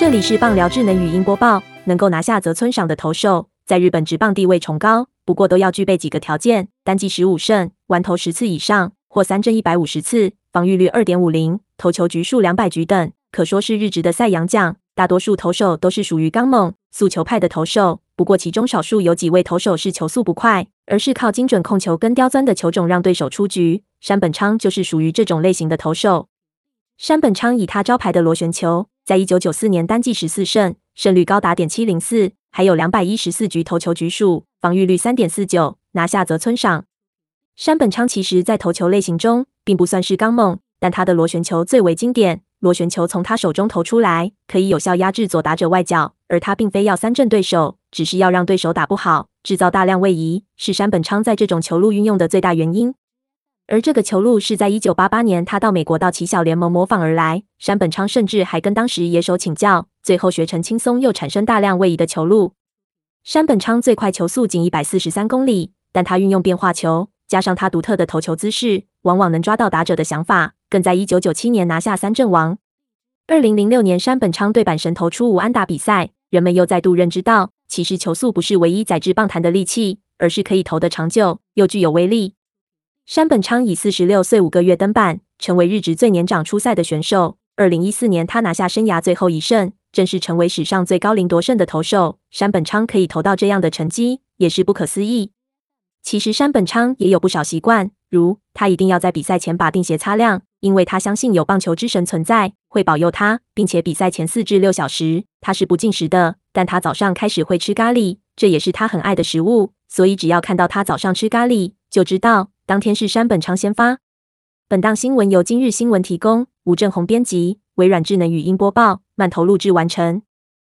这里是棒聊智能语音播报，能够拿下泽村赏的投手，在日本职棒地位崇高，不过都要具备几个条件：单季15胜，完投10次以上，或3振150次，防御率2.50，投球局数200局等，可说是日职的赛扬奖。大多数投手都是属于刚猛、速球派的投手，不过其中少数有几位投手是球速不快，而是靠精准控球跟刁钻的球种让对手出局。山本昌就是属于这种类型的投手。山本昌以他招牌的螺旋球，在1994年单季14胜，胜率高达.704，还有214局投球局数，防御率3.49，拿下泽村赏。山本昌其实在投球类型中并不算是刚猛，但他的螺旋球最为经典。螺旋球从他手中投出来，可以有效压制左打者外角，而他并非要三振对手，只是要让对手打不好，制造大量位移，是山本昌在这种球路运用的最大原因。而这个球路是在1988年他到美国道奇小联盟模仿而来，山本昌甚至还跟当时野手请教，最后学成轻松又产生大量位移的球路。山本昌最快球速仅143公里，但他运用变化球，加上他独特的投球姿势，往往能抓到打者的想法，更在1997年拿下三振王。2006年山本昌对阪神投出5安打比赛，人们又再度认知到，其实球速不是唯一载至棒坛的利器，而是可以投得长久又具有威力。山本昌以46岁5个月登板，成为日职最年长出赛的选手。2014年他拿下生涯最后1胜，正式成为史上最高龄夺胜的投手。山本昌可以投到这样的成绩，也是不可思议。其实山本昌也有不少习惯，如他一定要在比赛前把钉鞋擦亮，因为他相信有棒球之神存在，会保佑他，并且比赛前4至6小时他是不进食的，但他早上开始会吃咖喱，这也是他很爱的食物，所以只要看到他早上吃咖喱，就知道当天是山本昌先发。本档新闻由今日新闻提供，吴正宏编辑，微软智能语音播报，慢投录制完成。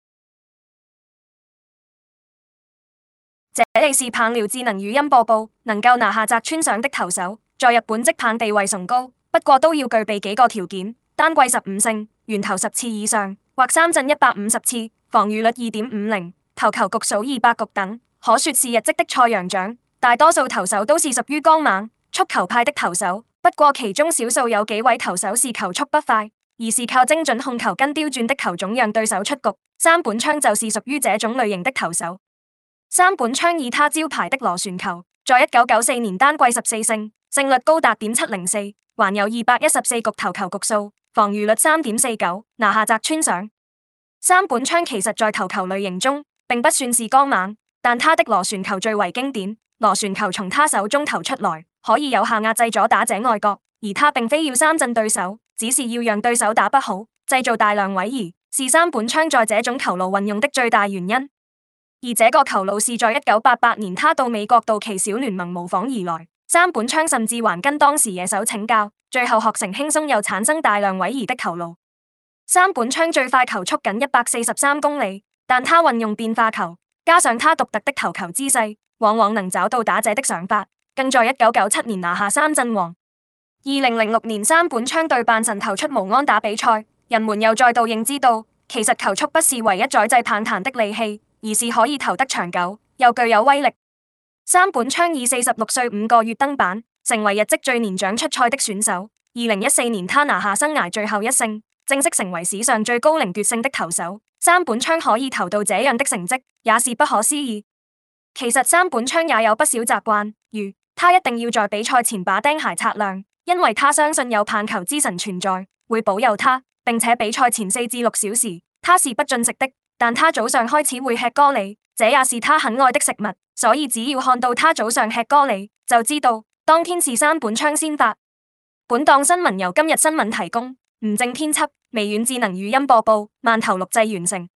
這裏是棒聊智能語音播報，能夠拿下澤村賞的投手，在日本職棒地位崇高，不過都要具備幾個條件：單季15勝，完投10次以上，或三振150次，防禦率2.50，投球局數200局等，可說是日職的賽揚獎。大多數投手都是屬於剛猛、速球派的投手，不過其中少數有幾位投手是球速不快，而是靠精準控球跟刁鑽的球種讓對手出局。山本昌就是屬於這種類型的投手。山本昌以他招牌的螺旋球，在1994年單季14勝，勝率高達.704，還有214局投球局數，防禦率3.49，拿下澤村賞。山本昌其實在投球類型中並不算是剛猛，但他的螺旋球最為經典。螺旋球從他手中投出來，可以有效壓制左打者外角，而他並非要三振對手，只是要讓對手打不好，製造大量位移，是山本昌在這種球路運用的最大原因。而這個球路是在1988年他到美國道奇小聯盟模仿而來，山本昌甚至還跟當時野手請教，最後學成輕鬆又產生大量位移的球路。山本昌最快球速僅143公里，但他運用變化球，加上他獨特的投球姿勢，往往能找到打者的想法，更在1997年拿下三振王。2006年山本昌對阪神投出無安打比賽，人們又再度認知到，其實球速不是唯一宰制棒壇的利器，而是可以投得長久又具有威力。山本昌以46歲5個月登板，成為日職最年長出賽的選手。2014年他拿下生涯最後1勝，正式成為史上最高齡奪勝的投手。山本昌可以投到這樣的成績，也是不可思議。其實山本昌也有不少習慣，如他一定要在比賽前把釘鞋擦亮，因為他相信有棒球之神存在，會保佑他，並且比賽前4至6小時他是不進食的，但他早上開始會吃咖喱，這也是他很愛的食物，所以只要看到他早上吃咖喱，就知道當天是山本昌先發。本檔新聞由今日新聞提供，吳正編輯，微軟智能語音播報，慢投錄製完成。